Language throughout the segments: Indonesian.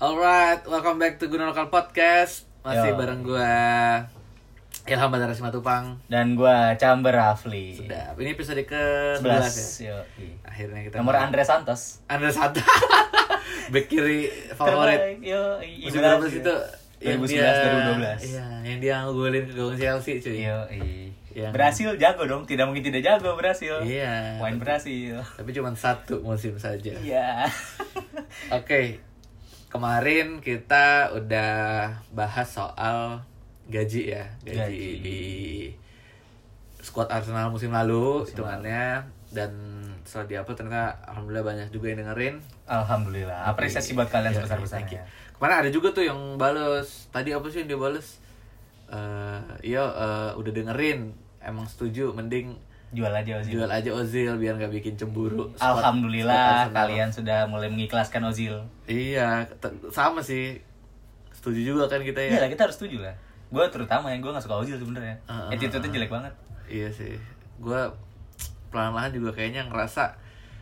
Alright, welcome back to Guna Lokal Podcast. Masih Yo. bareng gue Ilham Badara Simatupang. Dan gua Chamber Rafli. Sudah, ini episode ke-11 ya. Akhirnya kita Nomor Andre Santos. Andre Santos. Back kiri favorit. Musim berapa sih itu? 2011 2012. Iya, yang dia ngegolin ke gawang Chelsea cuy. Yang- Berhasil jago dong, tidak mungkin tidak jago berhasil. Iya. Main berhasil. Tapi cuma satu musim saja. Iya. Oke. Kemarin kita udah bahas soal gaji ya, gaji di squad Arsenal musim lalu hitungannya, dan setelah di-upload ternyata alhamdulillah banyak juga yang dengerin. Alhamdulillah. Apresiasi buat kalian Iya, sebesar-besarnya. thank you. Kemarin ada juga tuh yang bales. Tadi apa sih yang dia bales? Udah dengerin, emang setuju, mending Jual aja Ozil. jual aja Ozil biar nggak bikin cemburu. Alhamdulillah Squad Arsenal. kalian sudah mulai mengikhlaskan Ozil. Iya, sama sih. Setuju juga kan kita ya. Iya lah, kita harus setuju lah. Gue terutama yang gue nggak suka Ozil sebenarnya. Attitude-nya jelek banget. Iya sih. Gue pelan-pelan juga kayaknya ngerasa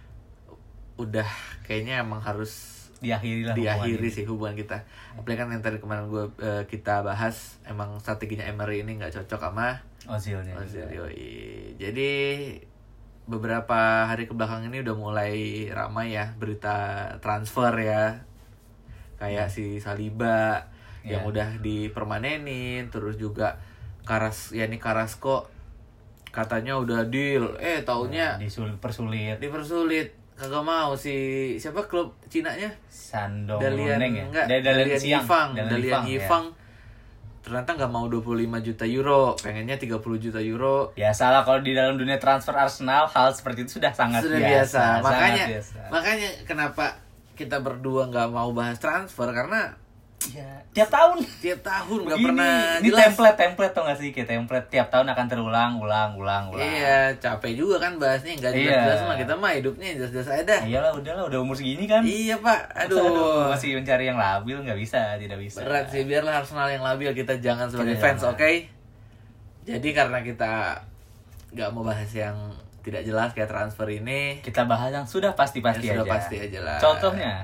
udah kayaknya emang harus Diakhiri lah. sih hubungan kita. Apalagi kan yang tadi kemarin kita bahas, emang strateginya Emery ini nggak cocok sama Ozilnya. Ozil. Yoi. Jadi beberapa hari kebelakang ini udah mulai ramai ya berita transfer ya, kayak si Saliba yang udah dipermanenin, terus juga Carrasco katanya udah deal, taunya dipersulit, kagak mau si siapa klub Cinanya? Sandong Dalian Luneng ya? enggak, Dalian Dalian Yifang. Ternyata nggak mau 25 juta euro, pengennya 30 juta euro. Biasalah kalau di dalam dunia transfer Arsenal hal seperti itu sudah sangat biasa. Makanya kenapa kita berdua nggak mau bahas transfer, karena ya, tiap tahun nggak begini. pernah Ini jelas. template tau gak sih, kayak template tiap tahun akan terulang. Iya, capek juga kan bahasnya, nggak jelas-jelas mah, kita mah hidupnya jelas-jelas aja dah. Iyalah, udah umur segini kan. Iya pak, Masih mencari yang labil, tidak bisa. berat sih, biarlah Arsenal yang labil, kita jangan sebagai Kita fans, jangan. oke? Jadi karena kita nggak mau bahas yang tidak jelas kayak transfer ini, Kita bahas yang sudah pasti-pasti yang aja. sudah pasti aja lah. Contohnya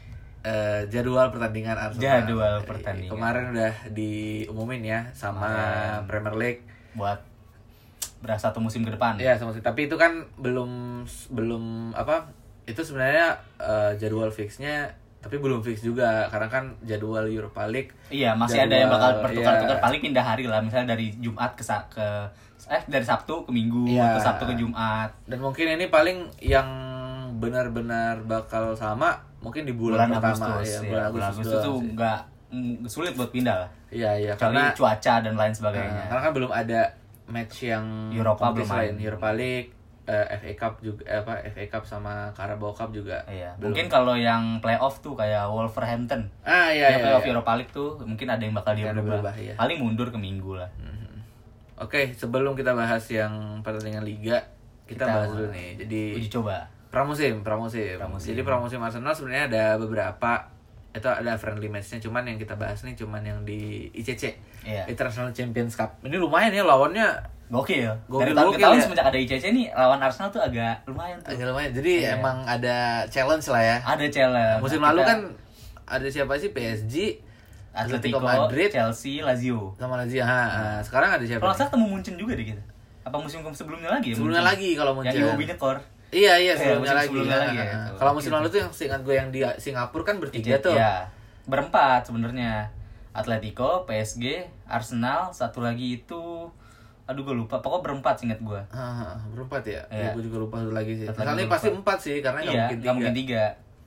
Jadwal pertandingan Arsenal. Jadwal pertandingan. Kemarin udah diumumin ya sama Premier League buat berasa satu musim ke depan. ya, sama sih. Tapi itu kan belum apa? Itu sebenarnya jadwal fixnya, tapi belum fix juga karena kan jadwal Europa League. Iya, masih ada yang bakal bertukar-tukar, paling pindah hari lah, misalnya dari Jumat dari Sabtu ke Minggu atau Sabtu ke Jumat. Dan mungkin ini paling yang benar-benar bakal sama mungkin di bulan pertama Agustus. ya, Bulan Agustus tuh nggak sulit buat pindah lah. Iya, Karena cuaca dan lain sebagainya. karena kan belum ada match yang Europa kompetisi belum main. lain, Europa League, FA Cup juga, FA Cup sama Carabao Cup juga. Iya. Belum. Mungkin kalau yang playoff tuh kayak Wolverhampton. Iya, Yang playoff Europa League tuh mungkin ada yang bakal dia Ada berubah. berubah, iya. Paling mundur ke Minggu lah. Oke, sebelum kita bahas yang pertandingan liga, kita bahas dulu nih. Jadi Uji coba. pramusim. Jadi pramusim Arsenal sebenarnya ada beberapa, itu ada friendly match-nya, cuman yang kita bahas nih cuman yang di ICC, Iya. International Champions Cup. Ini lumayan ya lawannya, Gokil. Gokil, Dari tahun ke tahun ya. semenjak ada ICC nih lawan Arsenal tuh agak lumayan tuh. agak lumayan. Jadi Iya. emang ada challenge lah ya. Ada challenge. Musim Kita- lalu kan ada siapa sih? PSG, Atletico Madrid, Chelsea, Lazio. sama Lazio. Sekarang ada siapa? Kalau nih? saya temu Munchen juga deh kita. Apa musim sebelumnya lagi ya? Sebelumnya Munchen? lagi kalau Munchen. Yang Iwobi nyekor. Iya, sebelumnya lagi. sebelumnya lagi ya. Kalau musim Oke. lalu tuh yang seingat gue yang di Singapura kan bertiga tuh. Iya. Berempat sebenarnya. Atletico, PSG, Arsenal, satu lagi itu aduh gue lupa. Pokoknya berempat seingat gue. Berempat ya? Iya. Gue juga lupa satu lagi sih. Satu lagi Misalnya lupa. pasti 4 sih, karena Iya, nggak mungkin 3.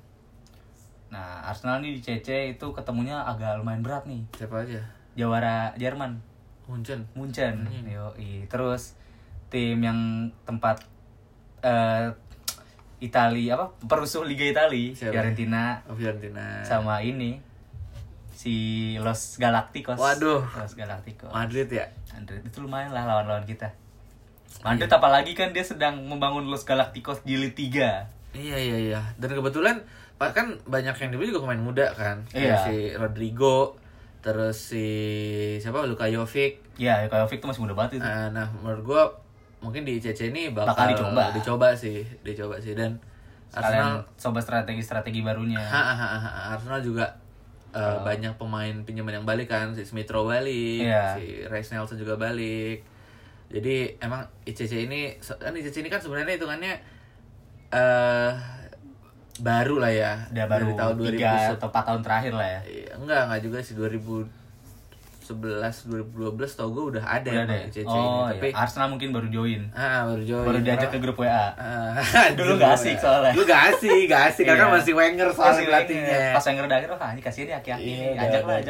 Nah, Arsenal nih di CC itu ketemunya agak lumayan berat nih. Siapa aja? Jawara Jerman, Munchen. Yoi. Terus tim yang tempat Italia apa? Perusuh Liga Italia, Siapa? Fiorentina Fiorentina. sama ini si Los Galacticos. Waduh. Los Galacticos. Madrid ya? Madrid itu lumayan lah lawan-lawan kita. Madrid apalagi kan dia sedang membangun Los Galacticos Jilid 3. Iya. Dan kebetulan kan banyak yang dibeli juga pemain muda kan. Kayak Iya. si Rodrigo, terus si siapa? Luka Jovic. Iya, Jovic tuh masih muda banget itu. Nah, menurut gua mungkin di CC ini Bakal dicoba sih dan Arsenal coba strategi barunya. Arsenal juga banyak pemain pinjaman yang balik kan, si Smith Rowe balik, si Reiss Nelson juga balik. Jadi emang ICC ini kan sebenarnya hitungannya baru lah ya. Udah baru dari tahun 3 atau 4 tahun terakhir lah ya. Enggak juga sih, 2012 tau gue udah ada ya ICC ini. Tapi Arsenal mungkin baru join. Baru diajak ke grup WA. Dulu nggak asik soalnya. Dulu nggak asik karena masih Wenger soalnya pelatihnya. Pas Wenger udah akhir, ini kasih dia aki-aki. Ajak lah.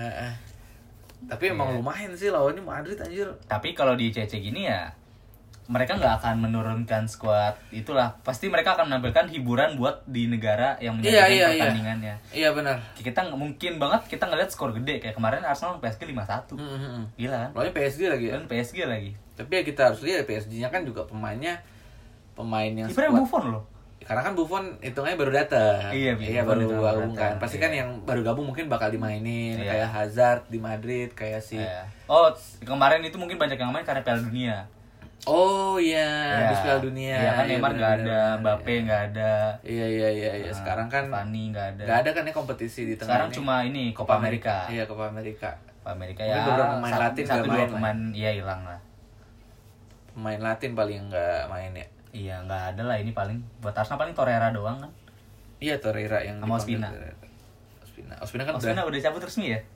Tapi emang lumayan sih lawannya Madrid anjir. Tapi kalau di ICC gini ya, mereka nggak akan menurunkan skuad itulah. Pasti mereka akan menampilkan hiburan buat di negara yang menyajikan pertandingannya. Iya benar. Kita mungkin banget kita ngeliat skor gede kayak kemarin Arsenal PSG 5-1. Gila kan? Lawannya PSG lagi ya. Dan PSG lagi. Tapi ya kita harus lihat PSG-nya kan juga pemain yang kipernya Buffon loh. Karena kan Buffon hitungnya baru datang. Iya baru gabung kan. Pasti kan yang baru gabung mungkin bakal dimainin kayak Hazard di Madrid, kayak si kemarin itu mungkin banyak yang main karena Piala Dunia. Oh iya, habis Piala Dunia. Iya kan Neymar nggak ada, Mbappe nggak ada. Iya. Sekarang kan Fanny nggak ada. Nggak ada kan ya kompetisi di tengah. Sekarang cuma ini Copa America. Iya, Copa America. Copa America ya. Beberapa pemain Latin nggak main. Pemain hilang lah. Pemain Latin paling nggak main ya. Iya, nggak ada lah ini paling buat Arsenal paling Torreira doang kan. Iya, Torreira yang sama Ospina. Ospina kan udah cabut resmi ya?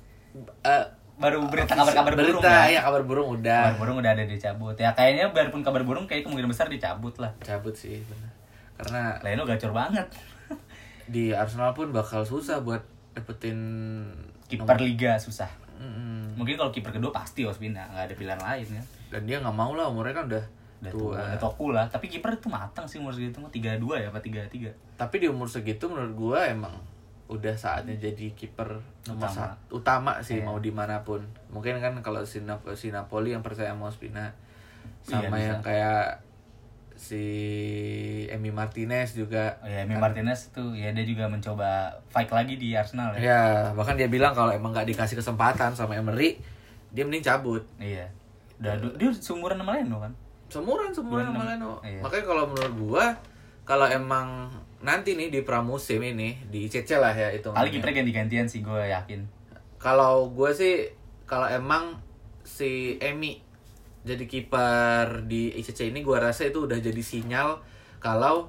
Baru kabar burung ya. Kabar burung udah. Kabar burung udah ada dicabut. Ya kayaknya biarpun kabar burung kayak kemungkinan besar dicabut lah. Cabut sih benar. Karena Leno gacor banget. Di Arsenal pun bakal susah buat dapetin kiper liga susah. Mungkin kalau kiper kedua pasti Ospina, enggak ada pilihan lain ya. Dan dia enggak mau lah, umurnya kan udah tua. Udah toku lah, tapi kiper itu matang sih umur segitu, 32 ya apa 33. Tapi di umur segitu menurut gua emang udah saatnya jadi kiper nomor utama sih mau dimanapun. Mungkin kan kalau si Napoli yang percaya sama Ospina, sama yang kayak si Emi Martinez juga. Emi Martinez tuh ya dia juga mencoba fight lagi di Arsenal ya. Ya bahkan dia bilang kalau emang nggak dikasih kesempatan sama Emery, dia mending cabut. Iya. Dia seumuran sama Leno kan? Seumuran sama Leno. Iya. Makanya kalau menurut gua, kalau emang nanti nih di pramusim ini di ICC lah ya itu. Kali kipernya ganti-gantian sih gue yakin. Kalau gue sih kalau emang si Emi jadi kiper di ICC ini, gue rasa itu udah jadi sinyal kalau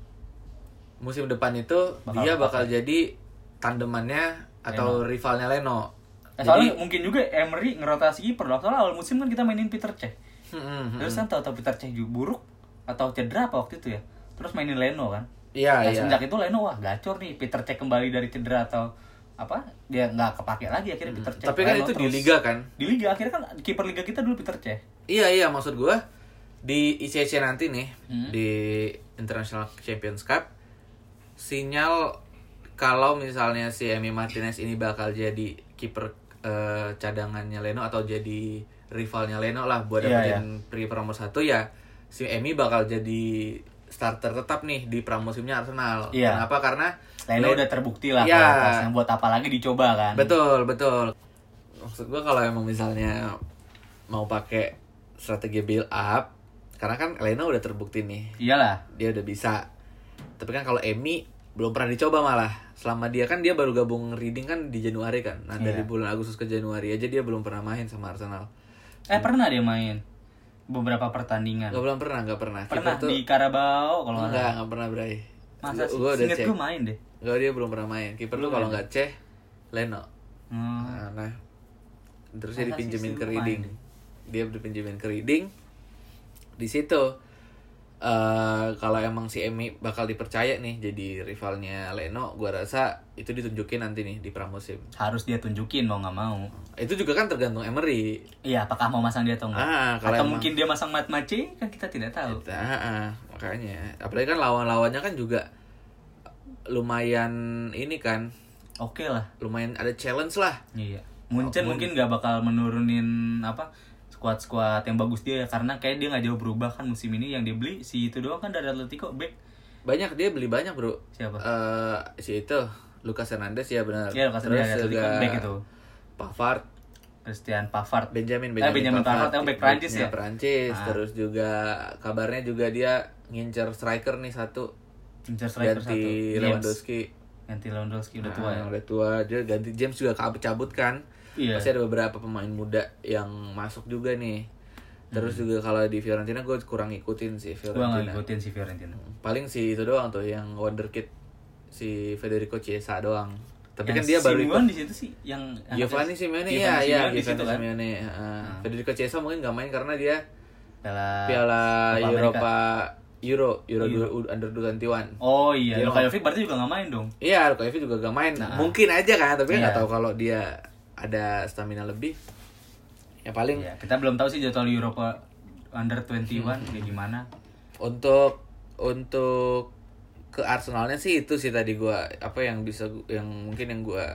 musim depan itu dia bakal jadi tandemannya atau rivalnya Leno. Soalnya mungkin juga Emery ngerotasi kiper loh. Soalnya awal musim kan kita mainin Peter Cech. Terus kan tahu Peter Cech juga buruk atau cedera apa waktu itu ya. Terus mainin Leno kan. Iya. Sejak itu Leno wah gacor nih, Peter Cech kembali dari cedera atau apa dia nggak kepake lagi akhirnya Peter Cech. Tapi kan Leno itu di liga kan? Di liga akhirnya kan kiper liga kita dulu Peter Cech. Iya maksud gue di ICC nanti nih di International Champions Cup, sinyal kalau misalnya si Emi Martinez ini bakal jadi kiper cadangannya Leno atau jadi rivalnya Leno lah buat dapetin nomor 1 ya, si Emi bakal jadi starter tetap nih di pramusimnya Arsenal. Kenapa? Karena Leno udah terbukti lah kualitasnya, buat apa lagi dicoba kan. Betul. Maksud gue kalau emang misalnya mau pakai strategi build up, karena kan Leno udah terbukti nih. Iyalah. Dia udah bisa. Tapi kan kalau Emi belum pernah dicoba malah. Selama dia baru gabung Reading kan di Januari kan. Nah, dari bulan Agustus ke Januari aja dia belum pernah main sama Arsenal. Pernah dia main beberapa pertandingan. Nggak pernah. Pernah di Carabao kalau nggak pernah, Bray. Masa sih? Ingat gue main deh. Nggak, dia belum pernah main. Kiper lu kalau nggak Cech, Leno. Nah, terus dia dipinjemin ke Reading. Dia dipinjemin ke Reading. Di situ kalau emang si Emi bakal dipercaya nih jadi rivalnya Leno, gua rasa itu ditunjukin nanti nih di pramusim. Harus dia tunjukin mau nggak mau. Itu juga kan tergantung Emery. Iya, apakah mau masang dia atau enggak? Atau mungkin dia masang Mace, kan kita tidak tahu. Makanya. Apalagi kan lawan-lawannya kan juga lumayan ini kan. Oke lah. Lumayan ada challenge lah. Iya. Munchen mungkin nggak bakal menurunin skuad yang bagus dia, karena kayak dia nggak jauh berubah kan musim ini. Yang dia beli si itu doang kan dari Atletico, back. Banyak, dia beli banyak bro. Siapa? Si itu Lucas Hernandez ya benar. Iya, Lucas Hernandez juga back itu. Pavard, Christian Pavard, Benjamin Pavard yang back Prancis ya. Prancis. Terus juga kabarnya juga dia ngincer striker nih satu. Ngincer striker ganti satu. Lewandowski. Ganti Lewandowski udah tua ya. Udah tua, dia ganti James juga cabut kan. Iya. Pasti ada beberapa pemain muda yang masuk juga nih. Terus juga kalau di Fiorentina gue kurang ngikutin sih Fiorentina. Gue gak ngikutin si Fiorentina. Paling sih itu doang tuh yang wonderkid si Federico Chiesa doang. Tapi yang kan dia baru ikut di situ sih yang Giovanni Simeone Giovanni Simeone. Federico Chiesa mungkin nggak main karena dia Piala Euro under 21. Oh iya, Luka Jovic berarti juga nggak main dong. Iya, Luka Jovic juga nggak main. Mungkin aja kan, tapi nggak tahu kalau dia ada stamina lebih. Ya paling kita belum tahu sih jadwal Eropa under 21 kayak gimana. Untuk ke Arsenalnya sih itu sih tadi gua mungkin yang gua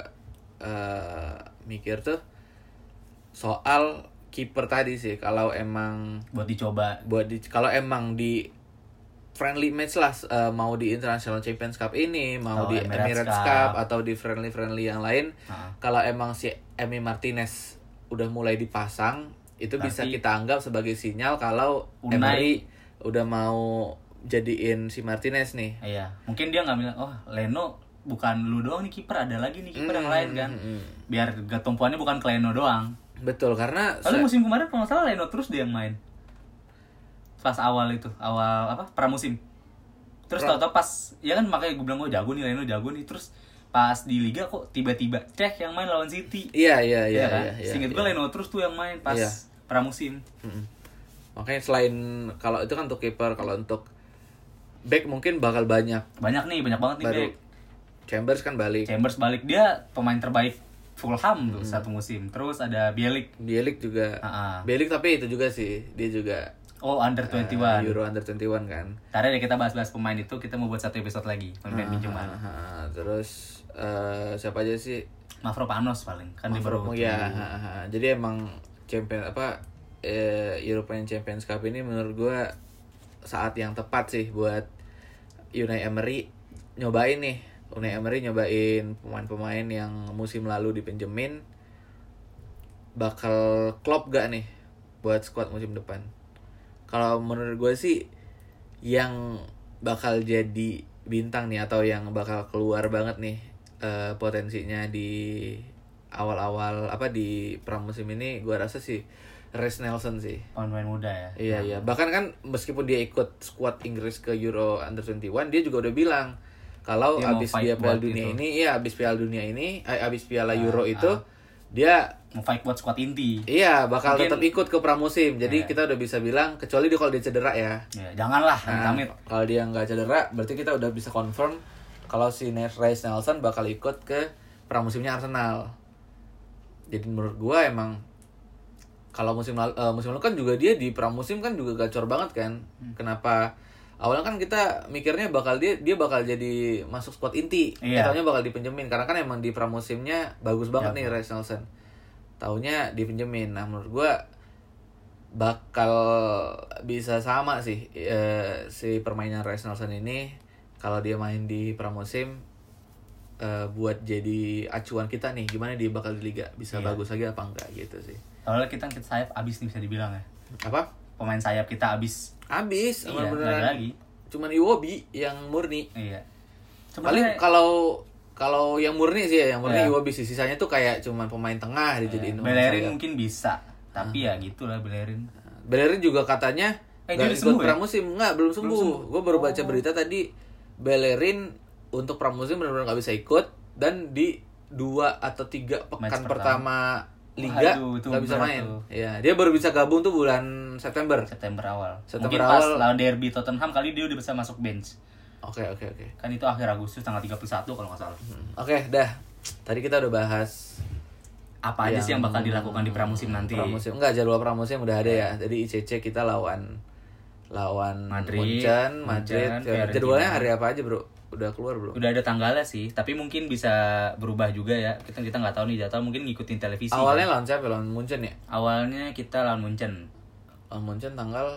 mikir tuh soal kiper tadi sih. Kalau emang buat dicoba kalau emang di friendly match lah, mau di International Champions Cup ini, mau di Emirates Cup atau di friendly yang lain, kalau emang si Emi Martinez udah mulai dipasang, itu berarti bisa kita anggap sebagai sinyal kalau Emery udah mau jadiin si Martinez nih. Iya, mungkin dia nggak bilang, oh Leno bukan lu doang nih kiper, ada lagi nih kiper yang lain kan, biar tumpuannya bukan ke Leno doang. Betul, karena lalu musim kemarin kalau nggak salah Leno terus dia yang main pas awal pramusim. Terus tau-tau pas, ya kan makanya gue bilang Leno jago nih, terus pas di liga kok tiba-tiba Cech yang main lawan City. Iya. Seinget gue Leno terus tuh yang main pas pramusim. Makanya selain kalau itu kan untuk kiper, kalau untuk back mungkin bakal banyak banget nih back. Chambers balik, dia pemain terbaik Fulham tuh satu musim. Terus ada Bielik juga. Bielik tapi itu juga sih, dia juga under 21. Euro under 21 kan. Karena kita bahas-bahas pemain itu, kita mau buat satu episode lagi pemain pinjaman. Terus siapa aja sih? Mavropanos paling kan di baru. Jadi emang European Champions Cup ini menurut gua saat yang tepat sih buat Unai Emery nyobain pemain-pemain yang musim lalu dipinjemin, bakal klop gak nih buat squad musim depan. Kalau menurut gue sih yang bakal jadi bintang nih atau yang bakal keluar banget nih potensinya di awal-awal di pramusim ini, gue rasa sih Reiss Nelson sih. Pemain muda ya. Iya. Bahkan kan meskipun dia ikut squad Inggris ke Euro under 21, dia juga udah bilang kalau abis Piala Dunia ini, abis Piala Euro itu dia mau fight buat squad inti. Iya, bakal tetap ikut ke pramusim. Jadi kita udah bisa bilang, kecuali dia kalau dia cedera ya. Janganlah, amit. Kalau dia nggak cedera, berarti kita udah bisa confirm kalau si Reiss Nelson bakal ikut ke pramusimnya Arsenal. Jadi menurut gua emang kalau musim lalu kan juga dia di pramusim kan juga gacor banget kan. Kenapa? Awalnya kan kita mikirnya dia bakal jadi masuk squad inti. Taunya bakal dipinjemin karena kan emang di pramusimnya bagus banget nih Reiss Nelson. Taunya dipinjemin. Nah, menurut gua bakal bisa sama sih si permainan Reiss Nelson ini kalau dia main di pramusim, buat jadi acuan kita nih gimana dia bakal di liga, bisa bagus lagi apa enggak gitu sih. Soalnya kita sayap abis nih bisa dibilang ya. Apa? Pemain sayap kita abis. Beneran lagi. Cuman Iwobi yang murni. Iya. Paling kalau yang murni sih yang murni Iwobi sih, sisanya tuh kayak cuman pemain tengah dijadiin. Bellerin mungkin bisa, tapi ya gitulah Bellerin. Bellerin juga katanya nggak ikut pramusim, belum sembuh. Gue baru baca berita tadi Bellerin untuk pramusim benar-benar nggak bisa ikut, dan di 2 atau 3 pekan pertama Liga nggak bisa main. Ya, dia baru bisa gabung tuh bulan September awal. Mungkin pas lawan derby Tottenham kali dia udah bisa masuk bench. Oke. Kan itu akhir Agustus tanggal 31 kalau nggak salah. Oke, dah. Tadi kita udah bahas apa aja sih yang bakal dilakukan di pramusim nanti. Jadwal pramusim udah ada ya. Jadi ICC kita lawan Munchen, Madrid. Jadwalnya hari apa aja, Bro? Udah keluar belum? Udah ada tanggalnya sih, tapi mungkin bisa berubah juga ya. Kita nggak tahu nih jadwal, mungkin ngikutin televisi. Awalnya lawan siapa? Lawan Munchen ya? Awalnya kita lawan Munchen. Lawan Munchen tanggal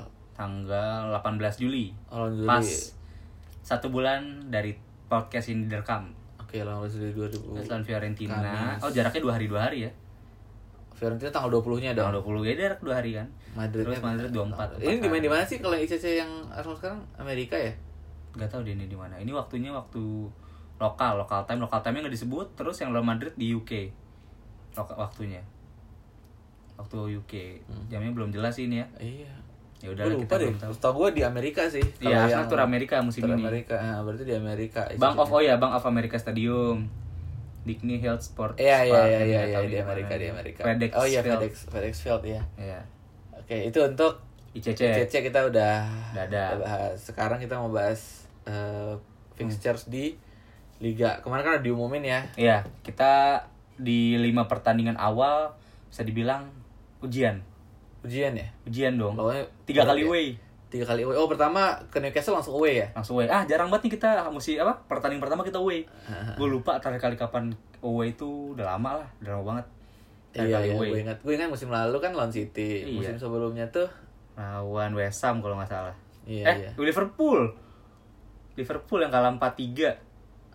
18 Juli. Pas 1 bulan dari podcast ini direkam. Oke, lawan Juli 2000. Lawan Fiorentina. Jaraknya 2 hari ya. Fiorentina tanggal 20-nya dong. Tanggal 20 ya, jarak 2 hari kan. Madrid 24. Ini di mana sih kalau ICC yang Arsenal sekarang? Amerika ya? Gak tahu deh ini di mana. Ini waktu Lokal time-nya nggak disebut. Terus yang Real Madrid di UK waktunya. Waktu UK. Jamnya belum jelas sih ini ya. Iya. Ya udah Gue lupa deh. Setahu gue di Amerika sih. Iya, Arsenal tur Amerika musim ini. Amerika, berarti di Amerika. Bank of America Stadium. Disney Health Sport. Iya di Amerika. FedEx Field ya. Iya. Oke, itu untuk ICC kita udah bahas. Sekarang kita mau bahas fixtures di Liga. Kemarin kan udah diumumin ya. Iya, kita di 5 pertandingan awal bisa dibilang ujian ya? Ujian dong. Lawannya 3 kali away. 3 kali away. Oh, pertama ke Newcastle langsung away ya? Langsung away. Jarang banget nih kita pertandingan pertama kita away. Gue lupa terakhir kali kapan away itu, udah lama banget. Iya, gue ingat musim lalu kan lawan City. Iya. Musim sebelumnya tuh lawan West Ham kalau nggak salah. Iya. Liverpool yang kalah 4-3.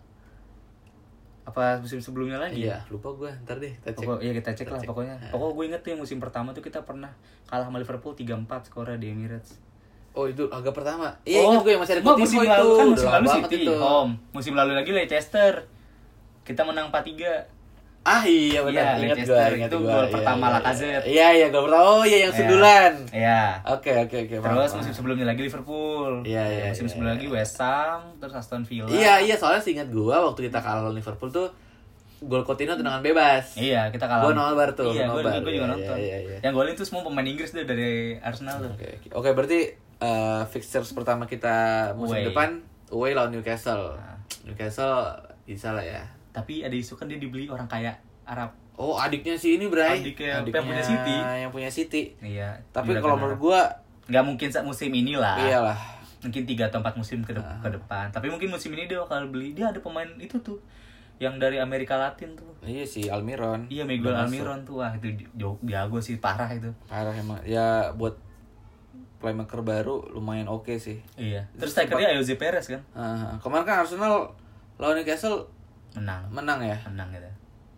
Apa musim sebelumnya lagi? Iya, lupa gue. Ntar deh kita cek. Kita cek lah pokoknya. Pokoknya gue inget tuh yang musim pertama tuh kita pernah kalah sama Liverpool 3-4 skornya di Emirates. Oh, itu agak pertama. Iya, ingat gue yang masih ada Coutinho musim itu. Lalu kan musim lalu City home. Musim lalu lagi Leicester. Kita menang 4-3. Iya benar, ingat gue. Itu gol pertama Lacazette. Iya, gol pertama. Oh iya, yang sundulan. Iya. Oke. Terus musim sebelumnya lagi Liverpool. Iya. Musim sebelumnya lagi West Ham, terus Aston Villa. Iya, soalnya seingat gue waktu kita kalah lawan Liverpool tuh gol Coutinho tendangan bebas. Iya, kita kalah. Gue nobar tuh. Iya, gue juga nonton. Iya. Yang golin tuh semua pemain Inggris tuh dari Arsenal tuh. Oke, berarti fixtures pertama kita musim depan away lawan Newcastle. Newcastle bisa lah ya. Tapi ada isu kan dia dibeli orang kaya Arab. Oh, adiknya si ini, Bray. Adiknya yang punya City. Yang punya City. Iya. Tapi kalau menurut gua nggak mungkin musim inilah. Iyalah. Mungkin 3 atau 4 musim ke depan. Tapi mungkin musim ini dia bakal beli. Dia ada pemain itu tuh yang dari Amerika Latin tuh. Iya sih, Almiron. Iya, Miguel Almiron tuh. Wah, itu jago sih, parah itu. Parah emang. Ya buat playmaker baru lumayan oke sih. Iya. Terus strikernya Jose Perez kan. Kemarin kan Arsenal lawan Newcastle menang ya. Menang gitu.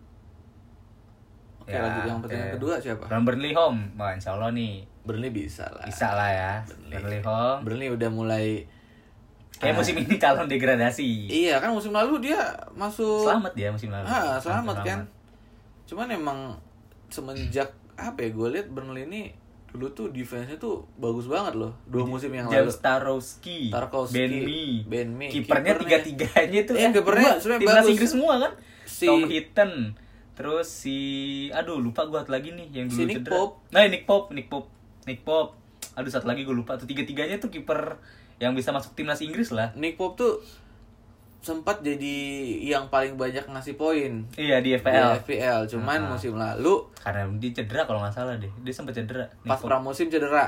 Oke, lanjut yang pertandingan kedua siapa? Burnley home. Wah, insya Allah nih. Burnley bisa lah. Bisa lah ya. Burnley home. Burnley udah mulai kayak musim ini calon degradasi. Iya kan, musim lalu dia masuk. Selamat dia musim lalu. Selamat kan. Cuman emang semenjak gue lihat Burnley ini dulu tuh defense-nya tuh bagus banget loh. 2 musim yang lalu. James Tarkowski, Ben Mee. Kipernya 3-3-nya tuh kipernya timnas Inggris semua kan. Tom Heaton. Terus lupa gue lagi nih yang dulu Nick cedera. Pope. Nah, Nick Pope. Satu lagi gue lupa tuh, 3-3-nya tuh kiper yang bisa masuk timnas Inggris lah. Nick Pope tuh sempat jadi yang paling banyak ngasih poin. Iya, di FPL. Cuman musim lalu karena dia cedera kalau nggak salah deh. Dia sempat cedera. Pas pramusim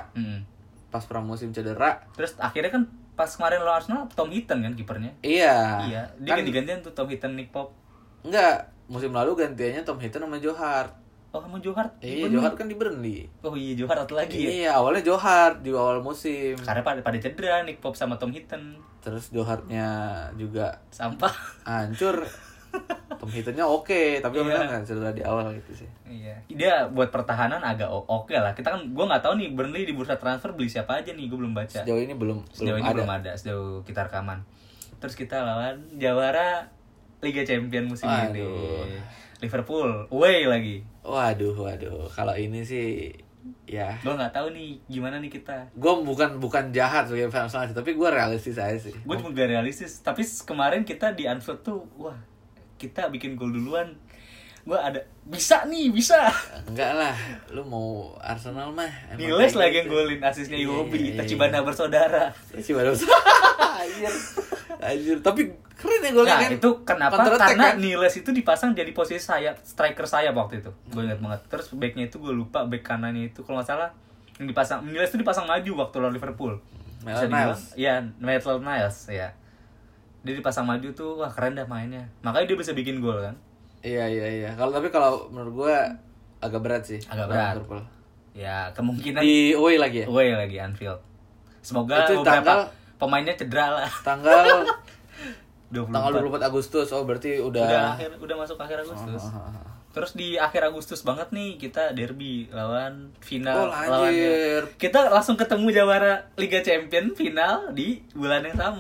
cedera. Terus akhirnya kan pas kemarin lo Arsenal Tom Heaton kan kipernya. Iya. Dia ganti-gantian tuh Tom Heaton, Nick Pope. Enggak, musim lalu gantiannya Tom Heaton sama Joe Hart. Oh, sama Joe Hart? Iya, Joe Hart kan di Burnley. Oh iya, Joe Hart lagi ya? Iya, awalnya Joe Hart di awal musim. Karena pada cedera, Nick Pope sama Tom Heaton. Terus Joe Hartnya juga sampah. Hancur. Tom Heatonnya oke, tapi memang kan cedera di awal gitu sih. Iya. Dia buat pertahanan agak oke lah. Kita kan, gue nggak tahu nih Burnley di bursa transfer beli siapa aja nih, gue belum baca. Sejauh ini belum ada sejauh kita rekaman. Terus kita lawan jawara Liga Champion musim ini. Liverpool, away lagi. Waduh. Kalau ini sih ya. Gue nggak tahu nih gimana nih kita. Gue bukan jahat sebagai fans Arsenal, tapi gue realistis aja sih. Gue juga gak realistis. Tapi kemarin kita di Anfield tuh, wah, kita bikin gol duluan. Gue ada bisa. Enggak lah, lu mau Arsenal mah. Niles lagi yang golin, asisnya Iwobi. Tachibana bersaudara. Anjir, tapi keren ya golnya kan. Nah, itu kenapa? Karena kan? Niles itu dipasang jadi posisi sayap, striker sayap waktu itu. Gue ingat banget. Terus backnya itu gue lupa, back kanannya itu kalau nggak salah yang dipasang Niles itu dipasang maju waktu lawan Liverpool. Niles. Iya, Maitland Niles ya. Dia dipasang maju tuh, wah keren dah mainnya. Makanya dia bisa bikin gol kan. Iya. Kalau menurut gue agak berat sih. Agak berat. Liverpool. Ya, kemungkinan di away lagi ya. Away lagi Anfield. Semoga itu beberapa pemainnya cedera lah. Tanggal 24 Agustus. Oh, berarti udah masuk akhir Agustus. Terus di akhir Agustus banget nih kita derby lawan final. Anjir. Kita langsung ketemu jawara Liga Champion final di bulan yang sama.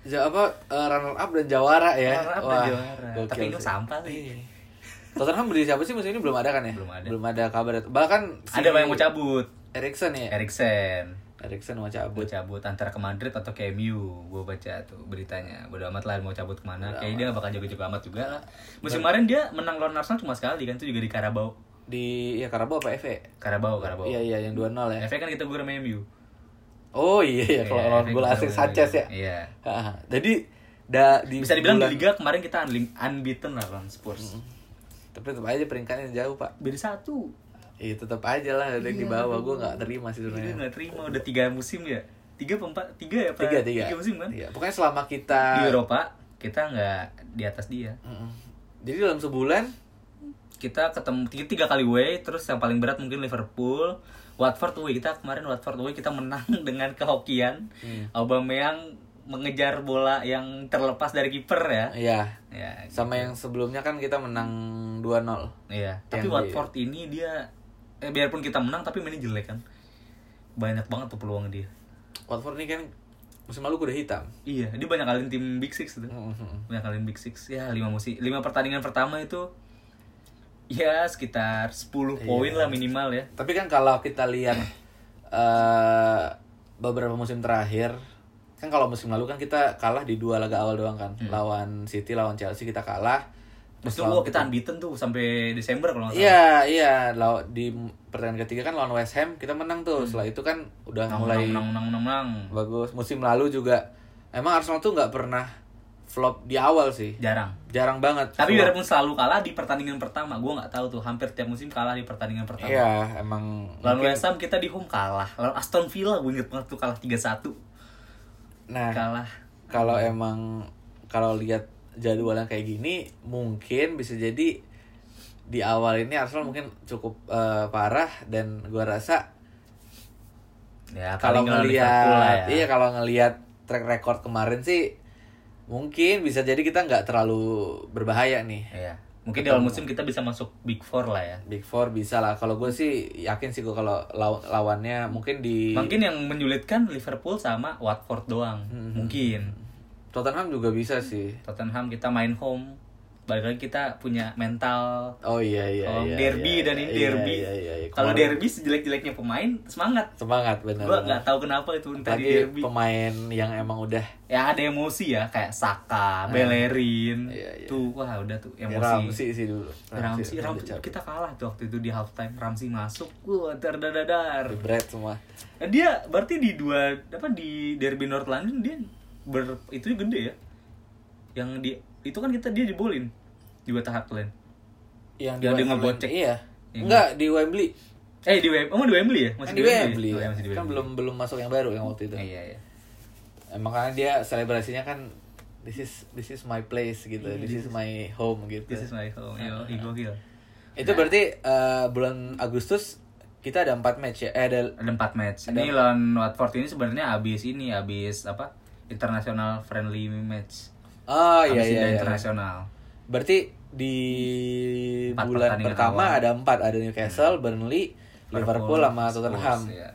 runner up dan jawara ya. Runner up dan jawara. Gokil Tapi itu sih. sampah sih. Tottenham beli siapa sih musim ini belum ada kan ya? Belum ada kabar. Bahkan Ada yang mau cabut. Eriksen ya. Eriksen mau mau cabut antara ke Madrid atau ke MU. Gue baca tuh beritanya. Bodo amat lah mau cabut kemana. Kayaknya dia gak bakal jago-jago amat juga lah. Musim kemarin dia menang lawan Arsenal cuma sekali kan, itu juga di Carabao. Di Carabao apa FA? Carabao. Iya yang 2-0 ya. FA kan kita gue sama MU. Oh iya kalau lawan gol asing Sanchez ya. Iya. Jadi bisa dibilang di liga kemarin kita unbeaten lah lawan Spurs. Tapi tetap aja peringkatnya jauh, Pak. Beda 1. Iya tetap aja lah ada di bawah. Gue nggak terima sih Gue sebenarnya. nggak terima udah 3 musim ya. 3 ya Pak? 3 musim kan? Iya. Pokoknya selama kita di Eropa kita nggak di atas dia. Jadi dalam sebulan kita ketemu 3 kali away, terus yang paling berat mungkin Liverpool, Watford away. Kita kemarin Watford away kita menang dengan kehokian. Aubameyang mengejar bola yang terlepas dari kiper ya. Iya. Ya. Sama yang sebelumnya kan kita menang 2-0. Iya. Tapi Watford ini dia biarpun kita menang tapi mainnya jelek kan. Banyak banget tuh peluang dia. Watford ini kan musim lalu kuda hitam. Iya, dia banyak kaliin tim Big Six tuh. Banyak kaliin Big Six. Ya 5 pertandingan pertama itu ya sekitar 10 poin lah minimal ya. Tapi kan kalau kita lihat beberapa musim terakhir, kan kalau musim lalu kan kita kalah di 2 laga awal doang kan. Lawan City, lawan Chelsea kita kalah. Terus kita unbeaten tuh sampai Desember kalau nggak salah. Iya. Di pertandingan ketiga kan lawan West Ham kita menang tuh. Setelah itu kan udah mulai menang. Bagus. Musim lalu juga emang Arsenal tuh nggak pernah flop di awal sih. Jarang banget. Tapi biarpun selalu kalah di pertandingan pertama, gue nggak tahu tuh hampir tiap musim kalah di pertandingan pertama. Iya, emang. Lawan West Ham kita di home kalah. Lawan Aston Villa gue inget banget tuh kalah 3-1. Nah, kalah. Kalau lihat jadwalnya kayak gini, mungkin bisa jadi di awal ini Arsenal mungkin cukup parah dan gue rasa ya, kalau ngelihat ya. Kalau ngelihat track record kemarin sih mungkin bisa jadi kita nggak terlalu berbahaya nih. Iya. Mungkin di awal musim kita bisa masuk Big Four lah ya. Big Four bisa lah. Kalau gue sih yakin sih gue kalau lawannya mungkin yang menyulitkan Liverpool sama Watford doang. Mungkin. Tottenham juga bisa sih. Tottenham kita main home. Balik lagi kita punya mental. Oh iya. Derby dan ini derby. Iya. Kalau derby sejelek-jeleknya pemain semangat benar. Gue nggak tahu kenapa itu tadi derby. Pemain yang emang udah ya ada emosi ya kayak Saka, Bellerin. Iya. Tuh wah udah tuh emosi. Ramsey sih dulu. Ramsey kita kalah tuh waktu itu di halftime. Ramsey masuk, terdadar. Berat semua. Dia berarti di derby North London dia itu gede ya. Yang itu kan dia jebolin di Etihad Lane. Yang dia ngegocek. Iya. Enggak di Wembley. Di Wembley ya? Masih di Wembley. Kan belum masuk yang baru yang waktu itu. Iya. Makanya dia selebrasinya kan this is my place gitu. This is my home gitu. This is my home. Gokil. Itu berarti bulan Agustus kita ada 4 match ya? Ada 4 match. Ini lawan Watford ini sebenarnya habis apa? International friendly match. Oh iya. Internasional. Berarti di bulan pertama ada 4, ada Newcastle, Burnley, Liverpool sama Tottenham. Iya.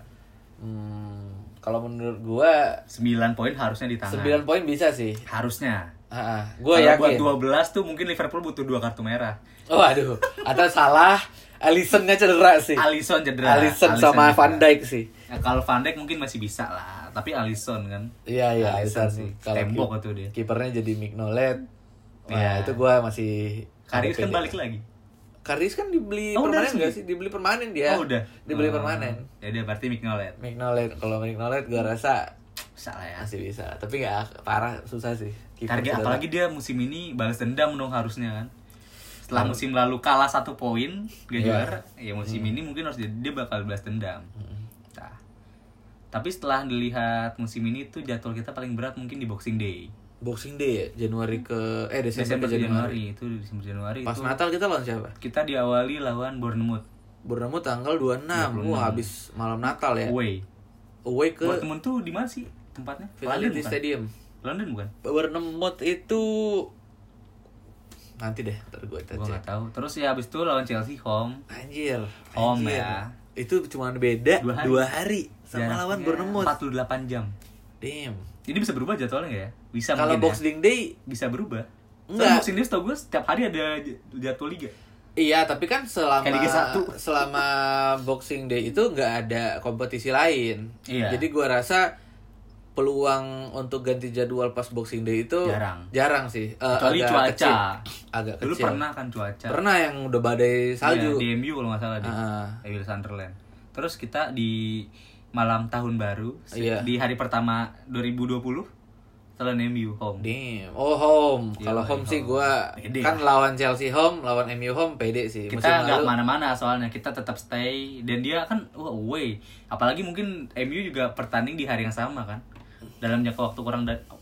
Kalau menurut gua 9 poin harusnya di tangan. 9 poin bisa sih. Harusnya. Gua yakin. Buat 12 tuh mungkin Liverpool butuh 2 kartu merah. Oh aduh. Atau salah Alisson-nya cedera sih. Alisson cedera. Alisson sama Van Dijk sih. Ya, kalau Van Dijk mungkin masih bisa lah, tapi Alisson kan. Iya Alisson sih. Tembok itu dia. Kipernya jadi Mignolet. Wah, itu gua masih Karius kan balik lagi. Karius kan dibeli permanen enggak sih? Dibeli permanen dia. Oh, udah. Dibeli permanen. Ya dia berarti Mignolet. Kalau Mignolet gua rasa salah ya. Masih bisa, tapi enggak parah, susah sih. Target apalagi dia musim ini balas dendam dong harusnya kan. Setelah musim lalu kalah 1 poin, gak juara. Ya musim ini mungkin harus dia bakal balas dendam. Nah. Tapi setelah dilihat musim ini tuh jadwal kita paling berat mungkin di Boxing Day. Boxing Day ya? Januari ke Desember Januari. Itu Desember Januari. Pas Natal kita lawan siapa? Kita diawali lawan Bournemouth tanggal 26. Wah, habis malam Natal ya. Away ke Bournemouth tuh di mana sih tempatnya? London Stadium. London bukan? Bournemouth itu nanti deh, ntar gue cek. Gue gak tahu. Terus ya abis itu lawan Chelsea home. Anjir. Ya. Itu cuma beda 2 hari sama lawan Bournemouth. 48 jam. Damn. Jadi bisa berubah jadwalnya nggak ya? Bisa Kalau mungkin Boxing Day bisa berubah. Enggak. Soalnya Boxing Day setahu gue setiap hari ada jadwal liga. iya, tapi kan Kayak Liga 1. selama Boxing Day itu nggak ada kompetisi lain. Iya. Jadi gua rasa peluang untuk ganti jadwal pas Boxing Day itu jarang sih. Kecuali agak cuaca. kecil. Agak Dulu kecil. pernah kan cuaca. Pernah yang udah badai salju. Iya, di MU kalau nggak salah deh. Evil Sunderland. Terus kita di malam tahun baru Iya. di hari pertama 2020 lawan MU home. Damn. Oh, home. Iya, Kalau home sih home. gua Pede kan lah. lawan Chelsea home, lawan MU home pede sih. Kita Musim nggak lalu- kemana-mana soalnya kita tetap stay dan dia kan away. Apalagi mungkin MU juga pertanding di hari yang sama kan. Dalam jangka waktu kurang